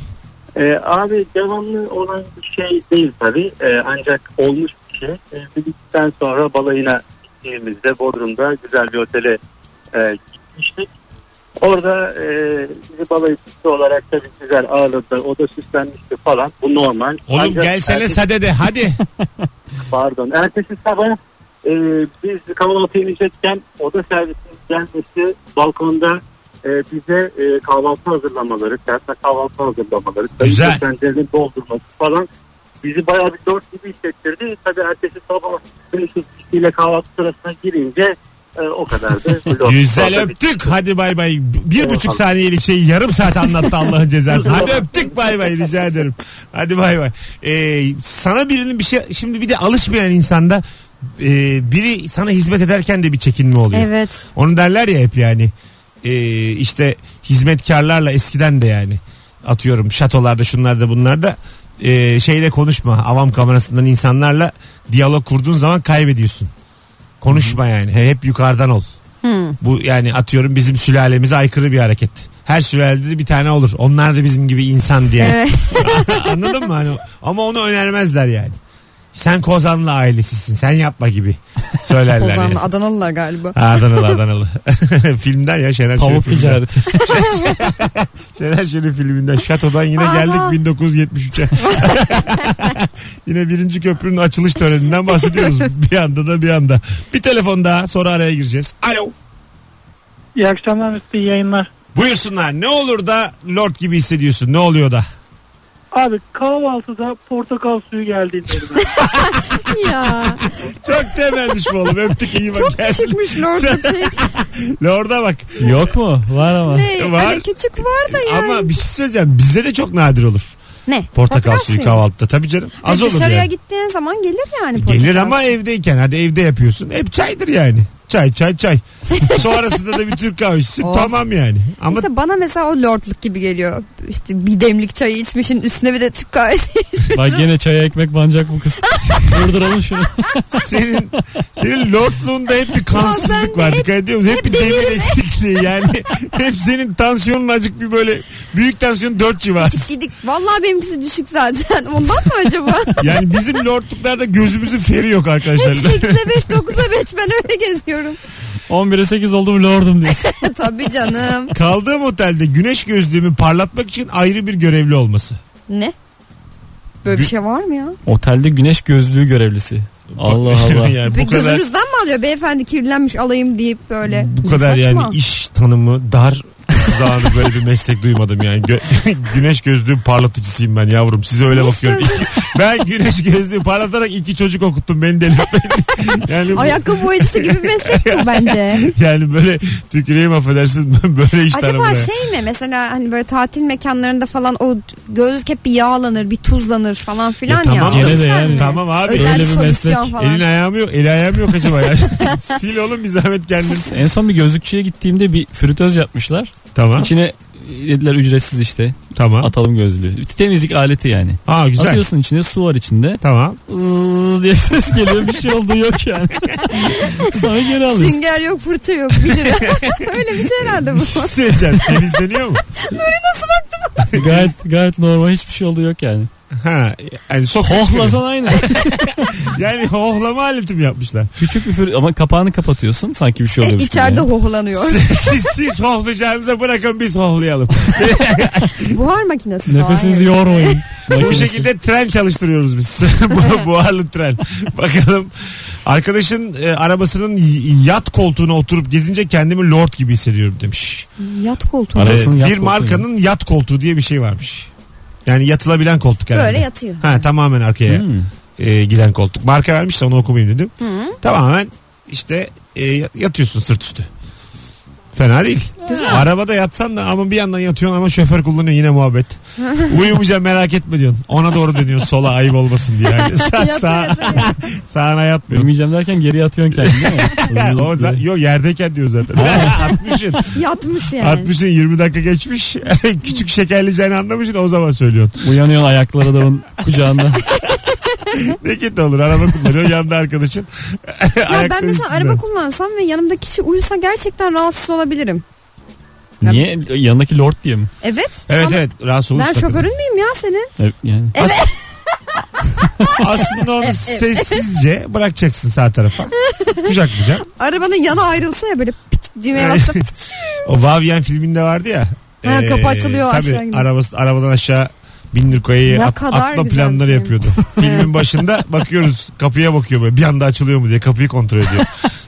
Speaker 5: Abi devamlı olan bir şey değil tabii. Ancak olmuş bir şey. Bildikten sonra balayına gittiğimizde Bodrum'da güzel bir otele gitmiştik. Orada bizi balayıcısı olarak tabii güzel ağırladı. O da süslenmişti falan. Bu normal.
Speaker 2: Oğlum
Speaker 5: Ancak
Speaker 2: gelsene sadede hadi.
Speaker 5: Pardon. Ertesi sabah biz kahvaltı inecekken oda servisinin gelmesi balkonda bize kahvaltı hazırlamaları, serpme kahvaltı hazırlamaları,
Speaker 2: Güzel.
Speaker 5: tencerenin doldurması falan bizi bayağı bir dört gibi hissettirdi. Tabii ertesi sabah ile kahvaltı sırasına girince o kadardı.
Speaker 2: Güzel öptük. Hadi bay bay. 1,5 saniyelik şeyi yarım saat anlattı Allah'ın cezası. Hadi öptük, bay bay, rica ederim. Hadi bay bay. Sana birinin bir şey, şimdi bir de alışmayan insanda biri sana hizmet ederken de bir çekinme oluyor.
Speaker 3: Evet.
Speaker 2: Onu derler ya hep yani. İşte hizmetkarlarla eskiden de yani atıyorum şatolarda, şunlarda, bunlarda şeyle konuşma. Avam kamerasından insanlarla diyalog kurduğun zaman kaybediyorsun. Konuşma yani. Hep yukarıdan ol. Bu yani atıyorum bizim sülalemize aykırı bir hareket. Her sülalede de bir tane olur. Onlar da bizim gibi insan diye.
Speaker 3: Evet.
Speaker 2: Anladın mı? Hani, ama onu önermezler yani. Sen Kozanlı ailesisin, sen yapma gibi söylerler.
Speaker 3: Ozanlı
Speaker 2: yani.
Speaker 3: Adanalılar galiba.
Speaker 2: Adanalı. Filmden ya, Şener Şen'in
Speaker 4: Tavuk
Speaker 2: filminden.
Speaker 4: ticareti.
Speaker 2: Şener Şen'in filminden. Şatodan yine geldik 1973'e. Yine 1. köprünün açılış töreninden bahsediyoruz. Bir anda. Bir telefon daha, sonra araya gireceğiz. Alo.
Speaker 6: İyi akşamlar Mesut, iyi yayınlar.
Speaker 2: Buyursunlar. Ne olur da lord gibi hissediyorsun? Ne oluyor da?
Speaker 6: Abi kahvaltıda portakal suyu geldiğinde
Speaker 3: Ya.
Speaker 2: Çok temelmiş bu oğlum. Öptük, iyi bak.
Speaker 3: Çok küçükmüş lordluk şey.
Speaker 2: Lord'a bak.
Speaker 4: Yok mu? Var ama.
Speaker 3: Ne?
Speaker 2: Var.
Speaker 3: Hani küçük var da yani.
Speaker 2: Ama bir şey söyleyeceğim. Bizde de çok nadir olur.
Speaker 3: Ne?
Speaker 2: Portakal suyu kahvaltıda. Tabii canım. Az olur
Speaker 3: Dışarıya
Speaker 2: yani.
Speaker 3: gittiğin zaman gelir yani portakal
Speaker 2: Gelir ama
Speaker 3: suyu.
Speaker 2: evdeyken. Hadi evde yapıyorsun. Hep çaydır yani. Çay. Sonrasında da bir Türk kahvesi.
Speaker 3: Oh.
Speaker 2: Tamam yani. Ama
Speaker 3: İşte bana mesela o lordluk gibi geliyor. İşte bir demlik çayı içmişin, üstüne bir de Türk kahvesi içmişsin.
Speaker 4: Bak yine çaya ekmek bancak bu kız. Durduralım şunu.
Speaker 2: senin lordluğunda hep bir kansızlık var. Dikkat ediyor musun? Hep bir demir eksikliği yani. Hep senin tansiyonun acık bir böyle büyük tansiyon 4 civar.
Speaker 3: Gidik. Vallahi benimkisi düşük zaten. Ondan mı acaba?
Speaker 2: Yani bizim lordluklarda gözümüzün feri yok arkadaşlar.
Speaker 3: 8'e 5, 9'a 5 ben öyle geziyorum.
Speaker 4: 11'e 8 oldu mu lordum diyorsun.
Speaker 3: Tabii canım.
Speaker 2: Kaldığım otelde güneş gözlüğümü parlatmak için ayrı bir görevli olması.
Speaker 3: Ne? Böyle bir şey var mı ya?
Speaker 4: Otelde güneş gözlüğü görevlisi. Allah Allah.
Speaker 2: Yani bu kadar
Speaker 3: Gözünüzden mi alıyor beyefendi, kirlenmiş alayım deyip böyle.
Speaker 2: bu kadar
Speaker 3: Saçma.
Speaker 2: yani iş tanımı dar zamanında böyle bir meslek duymadım yani. Güneş gözlüğü parlatıcısıyım ben yavrum. Size öyle
Speaker 3: Güneş
Speaker 2: bakıyorum. Ben güneş gözlüğü parlatarak 2 çocuk okuttum. Beni delirtmeyin. Yani
Speaker 3: Ayakkabı boyacısı gibi bir meslek bu bence.
Speaker 2: yani böyle tüküreyim affedersin, böyle iş tanımı.
Speaker 3: Acaba
Speaker 2: yani.
Speaker 3: şey mi mesela hani böyle tatil mekanlarında falan o gözlük hep bir yağlanır, bir tuzlanır falan filan ya.
Speaker 2: tamam,
Speaker 4: Gene
Speaker 3: O
Speaker 4: de
Speaker 3: yüzden
Speaker 4: yani.
Speaker 3: mi?
Speaker 2: Tamam abi.
Speaker 3: Özel
Speaker 4: Öyle bir
Speaker 3: solüsyon
Speaker 4: meslek.
Speaker 3: falan.
Speaker 2: Elin ayağım yok. Eli ayağım yok acaba ya. Sil oğlum bir zahmet kendin.
Speaker 4: En son bir gözlükçüye gittiğimde bir fritöz yapmışlar.
Speaker 2: Tamam.
Speaker 4: İçine dediler ücretsiz işte.
Speaker 2: Tamam.
Speaker 4: Atalım gözlüğü. Bir temizlik aleti yani.
Speaker 2: Aa güzel.
Speaker 4: Atıyorsun içine, su var içinde.
Speaker 2: Tamam.
Speaker 4: Iııı diye ses geliyor, bir şey olduğu yok yani. Sonra geri alıyorsun.
Speaker 3: Sünger yok, fırça yok, 1 lira. Öyle bir şey herhalde bu.
Speaker 2: Bir şey söyleyeceğim. Temizleniyor mu?
Speaker 4: Gayet normal, hiçbir şey olduğu yok yani.
Speaker 2: Ha, yani
Speaker 4: Hohlasan aynı.
Speaker 2: Yani hohlama aleti mi yapmışlar?
Speaker 4: Küçük bir ama kapağını kapatıyorsun sanki bir şey oluyor.
Speaker 3: İçeride hohlanıyor.
Speaker 2: Siz hohlayacağınıza bırakın biz hohlayalım.
Speaker 3: Buhar makinesi.
Speaker 4: Nefesinizi yormayın.
Speaker 2: Bu şekilde tren çalıştırıyoruz biz. Buharlı tren. Bakalım arkadaşın arabasının yat koltuğuna oturup gezince kendimi lord gibi hissediyorum demiş.
Speaker 3: Yat koltuğu.
Speaker 2: Bir markanın yat koltuğu diye bir şey varmış. Yani yatılabilen koltuk herhalde.
Speaker 3: Böyle yatıyor.
Speaker 2: Ha, tamamen arkaya giden koltuk. Marka vermiş de onu okumayayım dedim. Tamamen işte yatıyorsun sırt üstü. Fena değil.
Speaker 3: Güzel.
Speaker 2: Arabada yatsan da ama bir yandan yatıyorsun ama şoför kullanıyor yine muhabbet. Uyumayacağım merak etme diyorsun. Ona doğru dönüyorsun sola ayıp olmasın diye. Yani sağına yatmıyor.
Speaker 4: Uyumayacağım derken geri atıyorsun kendini değil mi?
Speaker 2: Yok yerdeyken diyor zaten. Atmışsın.
Speaker 3: Yatmış yani.
Speaker 2: Atmışsın 20 dakika geçmiş. Küçük şekerleyeceğini anlamışsın o zaman söylüyorsun.
Speaker 4: Uyanıyorsun ayakları adamın kucağında.
Speaker 2: Ne kötü olur araba kullanıyor yanında arkadaşın.
Speaker 3: Ya ben mesela araba kullansam ve yanımda kişi uyusa gerçekten rahatsız olabilirim.
Speaker 4: Niye? Yanındaki lord diye mi?
Speaker 3: Evet.
Speaker 2: Evet rahatsız olursun.
Speaker 3: Ben şoförün müyüm ya senin?
Speaker 4: Evet. Yani.
Speaker 3: Evet.
Speaker 2: Aslında onu sessizce bırakacaksın sağ tarafa. Kucaklayacaksın.
Speaker 3: Arabanın yana ayrılsa ya böyle pıt düğmeye bassa pıt.
Speaker 2: O Vavyen filminde vardı ya.
Speaker 3: Ha, kapı açılıyor
Speaker 2: tabii,
Speaker 3: aşağı gidiyor.
Speaker 2: arabadan aşağı bindir koyayı atma planları yapıyordu. Filmin başında bakıyoruz kapıya bakıyor böyle bir anda açılıyor mu diye kapıyı kontrol ediyor.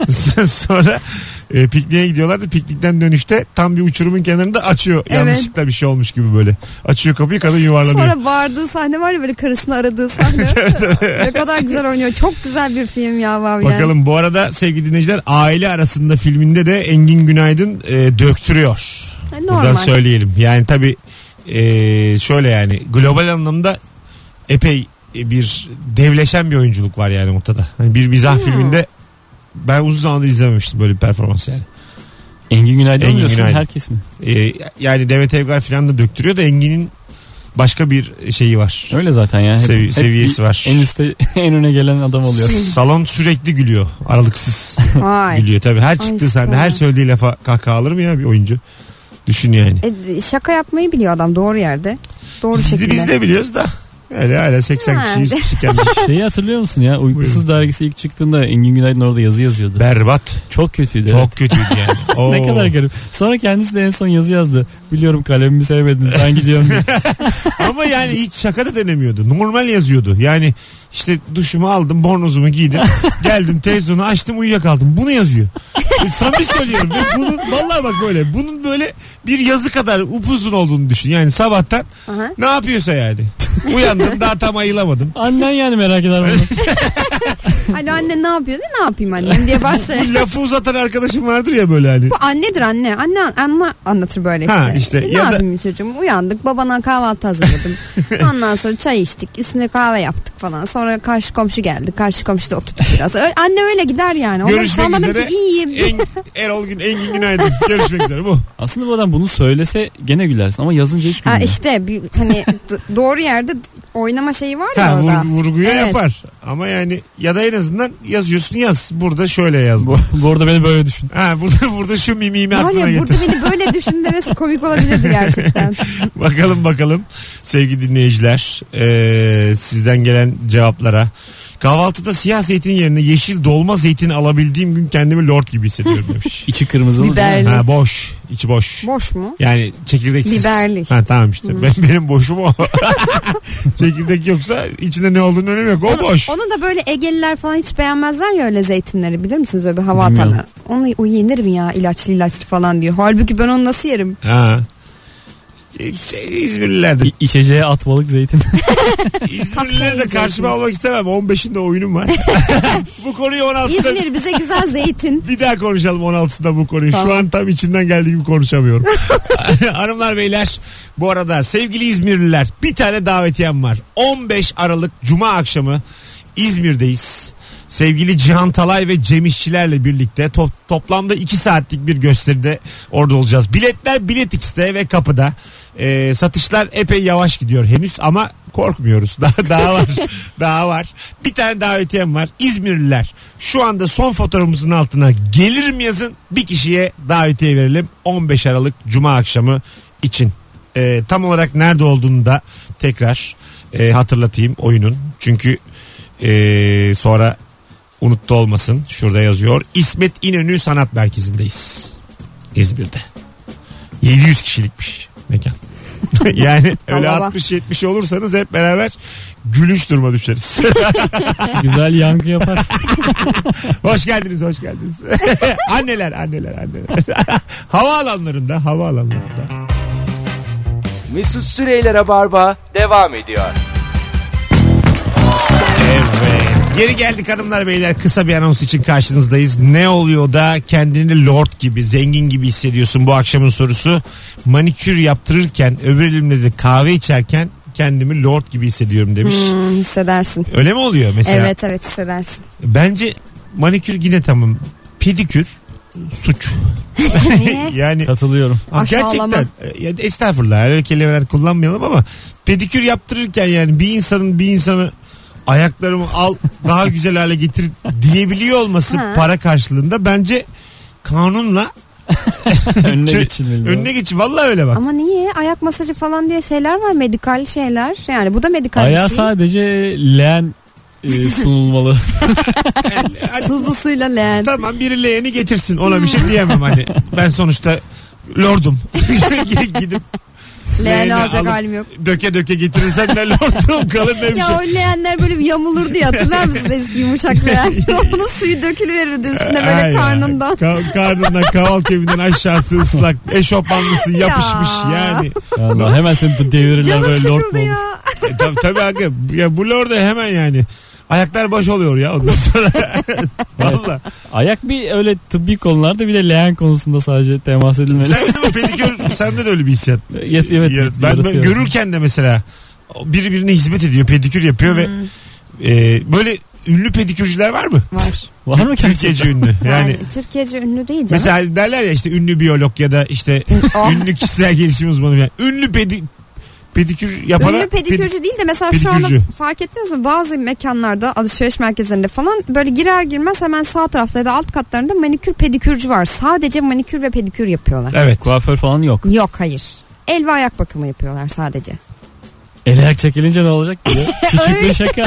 Speaker 2: Sonra pikniğe gidiyorlardı. Piknikten dönüşte tam bir uçurumun kenarında açıyor. Evet. Yanlışlıkla bir şey olmuş gibi böyle. Açıyor kapıyı kadın yuvarlanıyor.
Speaker 3: Sonra bağırdığı sahne var ya böyle karısını aradığı sahne. Ne kadar güzel oynuyor. Çok güzel bir film ya Vavyen.
Speaker 2: Bakalım bu arada sevgili dinleyiciler aile arasında filminde de Engin Günaydın döktürüyor. Buradan söyleyelim. Yani tabii şöyle yani global anlamda epey bir devleşen bir oyunculuk var yani ortada. Hani bir mizah filminde ben uzun zamandır izlememiştim böyle bir performans yani.
Speaker 4: Engin Günaydın diyorsun herkes mi?
Speaker 2: Yani Demet Evgar falan da döktürüyor da Engin'in başka bir şeyi var.
Speaker 4: Öyle zaten ya.
Speaker 2: Seviyesi var.
Speaker 4: En üstte en öne gelen adam oluyor.
Speaker 2: Salon sürekli gülüyor. Aralıksız gülüyor tabii. Her çıktığı sahne her söylediği lafa kahkaha alır mı ya bir oyuncu? Düşün yani.
Speaker 3: Şaka yapmayı biliyor adam doğru yerde. Doğru şekilde.
Speaker 2: Biz de biliyoruz da. Öyle hala 80 kişi 100 kişi kendisi.
Speaker 4: Şeyi hatırlıyor musun ya? Uykusuz dergisi ilk çıktığında Engin Günaydın orada yazı yazıyordu.
Speaker 2: Berbat.
Speaker 4: Çok kötüydü.
Speaker 2: Çok kötüydü yani.
Speaker 4: Ne kadar garip. Sonra kendisi de en son yazı yazdı. Biliyorum kalemimi sevmediniz ben gidiyorum diye.
Speaker 2: Ama yani hiç şaka da denemiyordu. Normal yazıyordu. Yani işte duşumu aldım, bornozumu giydim. Geldim televizyonu açtım uyuyakaldım. Bunu yazıyor. Samimi söylüyorum. Bunun vallahi bak böyle. Bunun böyle bir yazı kadar upuzun olduğunu düşün. Yani sabahtan ne yapıyorsa yani. Uyandım daha tam ayılamadım.
Speaker 4: Annen yani merak eder bunu.
Speaker 3: Alo anne ne yapıyor? Ne yapayım annem diye başlıyor.
Speaker 2: Bu lafı uzatan arkadaşım vardır ya böyle hani.
Speaker 3: Bu annedir anne. Anne anlatır böyle işte.
Speaker 2: Ha işte.
Speaker 3: Ne yapayım çocuğum? Uyandık babana kahvaltı hazırladım. Ondan sonra çay içtik. Üstüne kahve yaptık falan. Sonra karşı komşu geldi. Karşı komşuda oturduk biraz. Anne öyle gider yani.
Speaker 2: Görüşmek üzere.
Speaker 3: Ki, iyiyim.
Speaker 2: Erol Engin Günaydın. Görüşmek üzere bu.
Speaker 4: Aslında bu adam bunu söylese gene gülersin ama yazınca hiç gülmüyor.
Speaker 3: İşte hani doğru yerde oynama şeyi var ya orada.
Speaker 2: Vurguya yapar. Ama yani ya da en azından yazıyorsun yaz. Burada şöyle yaz.
Speaker 4: Bu arada beni böyle düşün.
Speaker 2: Burada şu mimimi aklına getir.
Speaker 3: Burada beni böyle düşün demesi komik olabilirdi gerçekten.
Speaker 2: Bakalım sevgili dinleyiciler sizden gelen cevaplara. Kahvaltıda siyah zeytin yerine yeşil dolma zeytin alabildiğim gün kendimi lord gibi hissediyorum demiş.
Speaker 4: İçi kırmızılı.
Speaker 3: Biberli.
Speaker 2: Boş. İçi boş.
Speaker 3: Boş mu?
Speaker 2: Yani çekirdeksiz.
Speaker 3: Biberli.
Speaker 2: Tamam işte. Benim boşum o. Çekirdek yoksa içinde ne olduğunu önemi yok. O boş.
Speaker 3: Onu da böyle Egeliler falan hiç beğenmezler ya öyle zeytinleri bilir misiniz? Böyle bir hava atarlar. Onu yenir mi ya ilaçlı falan diyor. Halbuki ben onu nasıl yerim?
Speaker 2: İzmirliler de.
Speaker 4: İçeceğe atmalık zeytin.
Speaker 2: İzmirlileri de karşıma almak istemem. 15'inde oyunum var. Bu konuyu 16'da.
Speaker 3: İzmir bize güzel zeytin.
Speaker 2: Bir daha konuşalım 16'da bu konuyu. Tamam. Şu an tam içimden geldiği gibi konuşamıyorum. Hanımlar beyler bu arada sevgili İzmirliler bir tane davetiyem var. 15 Aralık Cuma akşamı İzmir'deyiz. Sevgili Cihan Talay ve Cem İşçilerle birlikte toplamda 2 saatlik bir gösteride orada olacağız. Biletler Bilet X'te ve kapıda. Satışlar epey yavaş gidiyor henüz ama korkmuyoruz. Daha var. Bir tane davetiyem var. İzmirliler şu anda son fotoğrafımızın altına gelirim yazın. Bir kişiye davetiye verelim 15 Aralık Cuma akşamı için. Tam olarak nerede olduğunu da tekrar hatırlatayım oyunun. Çünkü sonra unuttu olmasın. Şurada yazıyor. İsmet İnönü Sanat Merkezi'ndeyiz. İzmir'de. 700 kişilikmiş mekan. Yani öyle
Speaker 3: Allah.
Speaker 2: 60-70 olursanız hep beraber gülünç duruma düşeriz.
Speaker 4: Güzel yankı yapar.
Speaker 2: Hoş geldiniz. anneler. Havaalanlarında.
Speaker 1: Mesut Süreyler'e barba devam ediyor.
Speaker 2: Evet. Geri geldik hanımlar beyler. Kısa bir anons için karşınızdayız. Ne oluyor da kendini lord gibi, zengin gibi hissediyorsun bu akşamın sorusu. Manikür yaptırırken, öbür elimde de kahve içerken kendimi lord gibi hissediyorum demiş.
Speaker 3: Hissedersin.
Speaker 2: Öyle mi oluyor mesela?
Speaker 3: Evet hissedersin.
Speaker 2: Bence manikür yine tamam. Pedikür suç.
Speaker 3: Niye?
Speaker 2: Yani
Speaker 4: Katılıyorum.
Speaker 3: Aşağılama.
Speaker 2: gerçekten ya, estağfurullah öyle kelimeler kullanmayalım ama pedikür yaptırırken yani bir insanı ayaklarımı al daha güzel hale getir diyebiliyor olması para karşılığında bence kanunla
Speaker 4: Önüne geçilmeli.
Speaker 2: önüne geç. Vallahi öyle bak.
Speaker 3: Ama niye? Ayak masajı falan diye şeyler var. Medikal şeyler. Yani bu da medikal
Speaker 4: Ayağa
Speaker 3: bir şey.
Speaker 4: sadece leğen sunulmalı.
Speaker 3: Tuzlu suyla leğen.
Speaker 2: Tamam biri leğeni getirsin ona bir şey diyemem hani. Ben sonuçta lordum. Gidip
Speaker 3: Leğeni alacak
Speaker 2: alıp
Speaker 3: halim yok.
Speaker 2: döke getirirsen ne lordum kalır ne bir
Speaker 3: Ya
Speaker 2: şey.
Speaker 3: o leğenler böyle bir yamulur diye hatırlar mısın eski yumuşak leğen? Onun suyu dökülüverirdi üstüne böyle
Speaker 2: Ay ya.
Speaker 3: karnından.
Speaker 2: Karnından kaval kemiğinden aşağısı ıslak. Eşofmanlısı yapışmış yani.
Speaker 4: Allah, hemen seni devirirler
Speaker 3: Canım
Speaker 4: böyle lord
Speaker 3: sıkıldı
Speaker 4: mu?
Speaker 3: ya.
Speaker 2: Tabii aga. Ya bu lorda hemen yani. Ayaklar baş oluyor ya ondan sonra. Valla.
Speaker 4: Ayak bir öyle tıbbi konularda bir de leğen konusunda sadece temas edilmeli.
Speaker 2: Sen de mi pedikür? Sende de öyle bir hissiyat.
Speaker 4: Evet,
Speaker 2: Ben
Speaker 4: yaratıyor.
Speaker 2: görürken de mesela biri birine hizmet ediyor. Pedikür yapıyor ve böyle ünlü pedikürcüler var mı?
Speaker 3: Var.
Speaker 4: Var mı gerçekten?
Speaker 2: Türkiye'ci ünlü. Yani
Speaker 3: Türkiye'ci ünlü değil canım.
Speaker 2: mesela derler ya işte ünlü biyolog ya da işte ünlü kişisel gelişim uzmanı. Yani ünlü pedikür yapana
Speaker 3: Ünlü pedikürcü değil de mesela şu anda
Speaker 2: pedikürcü.
Speaker 3: fark ettiniz mi bazı mekanlarda alışveriş merkezlerinde falan böyle girer girmez hemen sağ tarafta ya da alt katlarında manikür pedikürcü var. Sadece manikür ve pedikür yapıyorlar.
Speaker 2: Evet.
Speaker 4: Kuaför falan yok.
Speaker 3: Yok hayır. El ve ayak bakımı yapıyorlar sadece.
Speaker 4: El ayak çekilince ne olacak diye. Küçük bir şaka.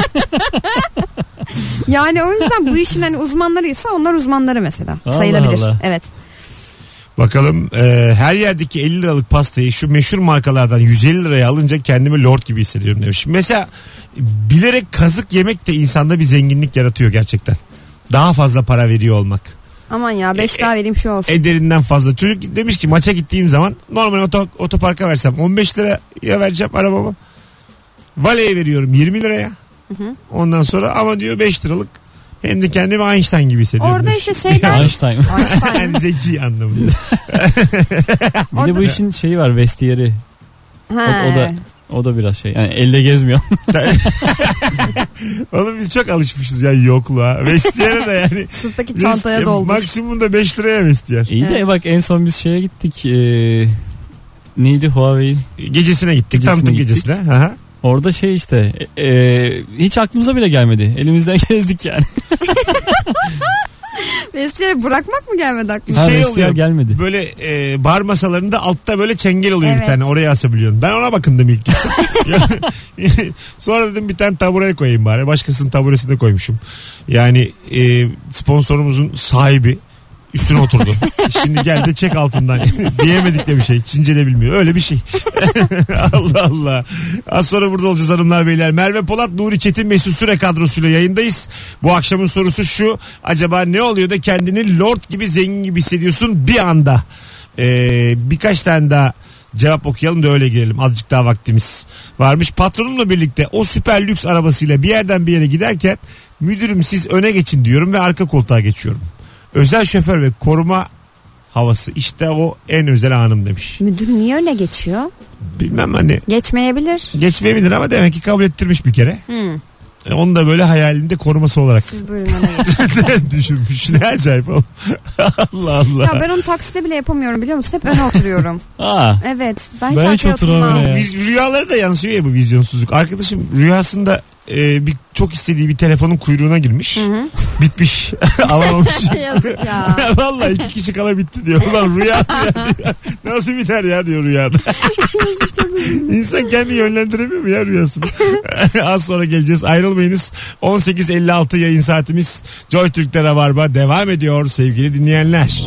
Speaker 3: Yani o yüzden bu işin hani uzmanlarıysa onlar uzmanları mesela
Speaker 4: Allah
Speaker 3: sayılabilir.
Speaker 4: Allah.
Speaker 3: Evet.
Speaker 2: Bakalım her yerdeki 50 liralık pastayı şu meşhur markalardan 150 liraya alınca kendimi lord gibi hissediyorum demiş. Mesela bilerek kazık yemek de insanda bir zenginlik yaratıyor gerçekten. Daha fazla para veriyor olmak.
Speaker 3: Aman ya 5 daha vereyim şu olsun.
Speaker 2: Ederinden fazla. Çocuk demiş ki maça gittiğim zaman normal otoparka versem 15 liraya vereceğim arabama. Valeye veriyorum 20 liraya. Ondan sonra ama diyor 5 liralık hem de kendimi Einstein gibi hissediyorum.
Speaker 3: Orada
Speaker 2: demiş.
Speaker 3: işte şeyler.
Speaker 4: Einstein.
Speaker 2: Yani zeki anlamında.
Speaker 4: Bir de
Speaker 3: Orada
Speaker 4: bu
Speaker 3: da-
Speaker 4: işin şeyi var, vestiyeri.
Speaker 3: He.
Speaker 4: O da biraz şey. Yani elde gezmiyor.
Speaker 2: Oğlum biz çok alışmışız ya yokluğa. Vestiyere de yani.
Speaker 3: Sırttaki çantaya doldur.
Speaker 2: Maksimum da 5 liraya vestiyer.
Speaker 4: İyi de
Speaker 3: Evet.
Speaker 4: bak en son biz şeye gittik. Neydi Huawei?
Speaker 2: Gecesine gittik.
Speaker 4: Gecesine
Speaker 2: Tanıtım
Speaker 4: gittik.
Speaker 2: gecesine. Aha.
Speaker 4: Orada şey işte hiç aklımıza bile gelmedi. Elimizden gezdik yani.
Speaker 3: Vestiyere bırakmak mı gelmedi aklına?
Speaker 4: Ha,
Speaker 2: Şey
Speaker 4: vestiyer
Speaker 2: oluyor.
Speaker 4: gelmedi.
Speaker 2: Böyle bar masalarında altta böyle çengel oluyor
Speaker 3: Evet.
Speaker 2: bir tane. Oraya asabiliyorsun. Ben ona bakındım ilk. Sonra dedim bir tane tabureye koyayım bari. Başkasının taburesine koymuşum. Yani sponsorumuzun sahibi üstüne oturdu. Şimdi gel de çek altından. Diyemedik de bir şey. Çince de bilmiyor. Öyle bir şey. Allah Allah. Az sonra burada olacağız hanımlar beyler. Merve Polat, Nuri Çetin, Mesut Süre kadrosuyla yayındayız. Bu akşamın sorusu şu. Acaba ne oluyor da kendini lord gibi zengin gibi hissediyorsun bir anda? Birkaç tane daha cevap okuyalım da öyle girelim. Azıcık daha vaktimiz varmış. Patronumla birlikte o süper lüks arabasıyla bir yerden bir yere giderken müdürüm siz öne geçin diyorum ve arka koltuğa geçiyorum. Özel şoför ve koruma havası işte o en özel anım demiş.
Speaker 3: Müdür niye öne geçiyor?
Speaker 2: Bilmem hani
Speaker 3: Geçmeyebilir.
Speaker 2: geçmeyebilir ama demek ki kabul ettirmiş bir kere. Onu da böyle hayalinde koruması olarak
Speaker 3: Siz buyurun öne geçin.
Speaker 2: düşünmüş. Ne acayip oğlum. Allah Allah.
Speaker 3: Ya ben onu takside bile yapamıyorum biliyor musun? Hep öne oturuyorum.
Speaker 4: Aa,
Speaker 3: Evet. Ben hiç
Speaker 4: Ben hiç
Speaker 3: arkaya
Speaker 4: oturamam
Speaker 3: oturmam.
Speaker 4: ya.
Speaker 2: Biz rüyaları da yansıyor ya bu vizyonsuzluk. Arkadaşım rüyasında bir çok istediği bir telefonun kuyruğuna girmiş. Bitmiş. Alamamış.
Speaker 3: Yazık ya.
Speaker 2: Vallahi 2 kişi kala bitti diyor. Ulan rüya diyor. Nasıl biter ya diyor rüyada. İnsan kendi yönlendiremiyor mu ya rüyasını? Az sonra geleceğiz. Ayrılmayınız. 18.56 yayın saatimiz. Joy Türk'te Rabarba devam ediyor sevgili dinleyenler.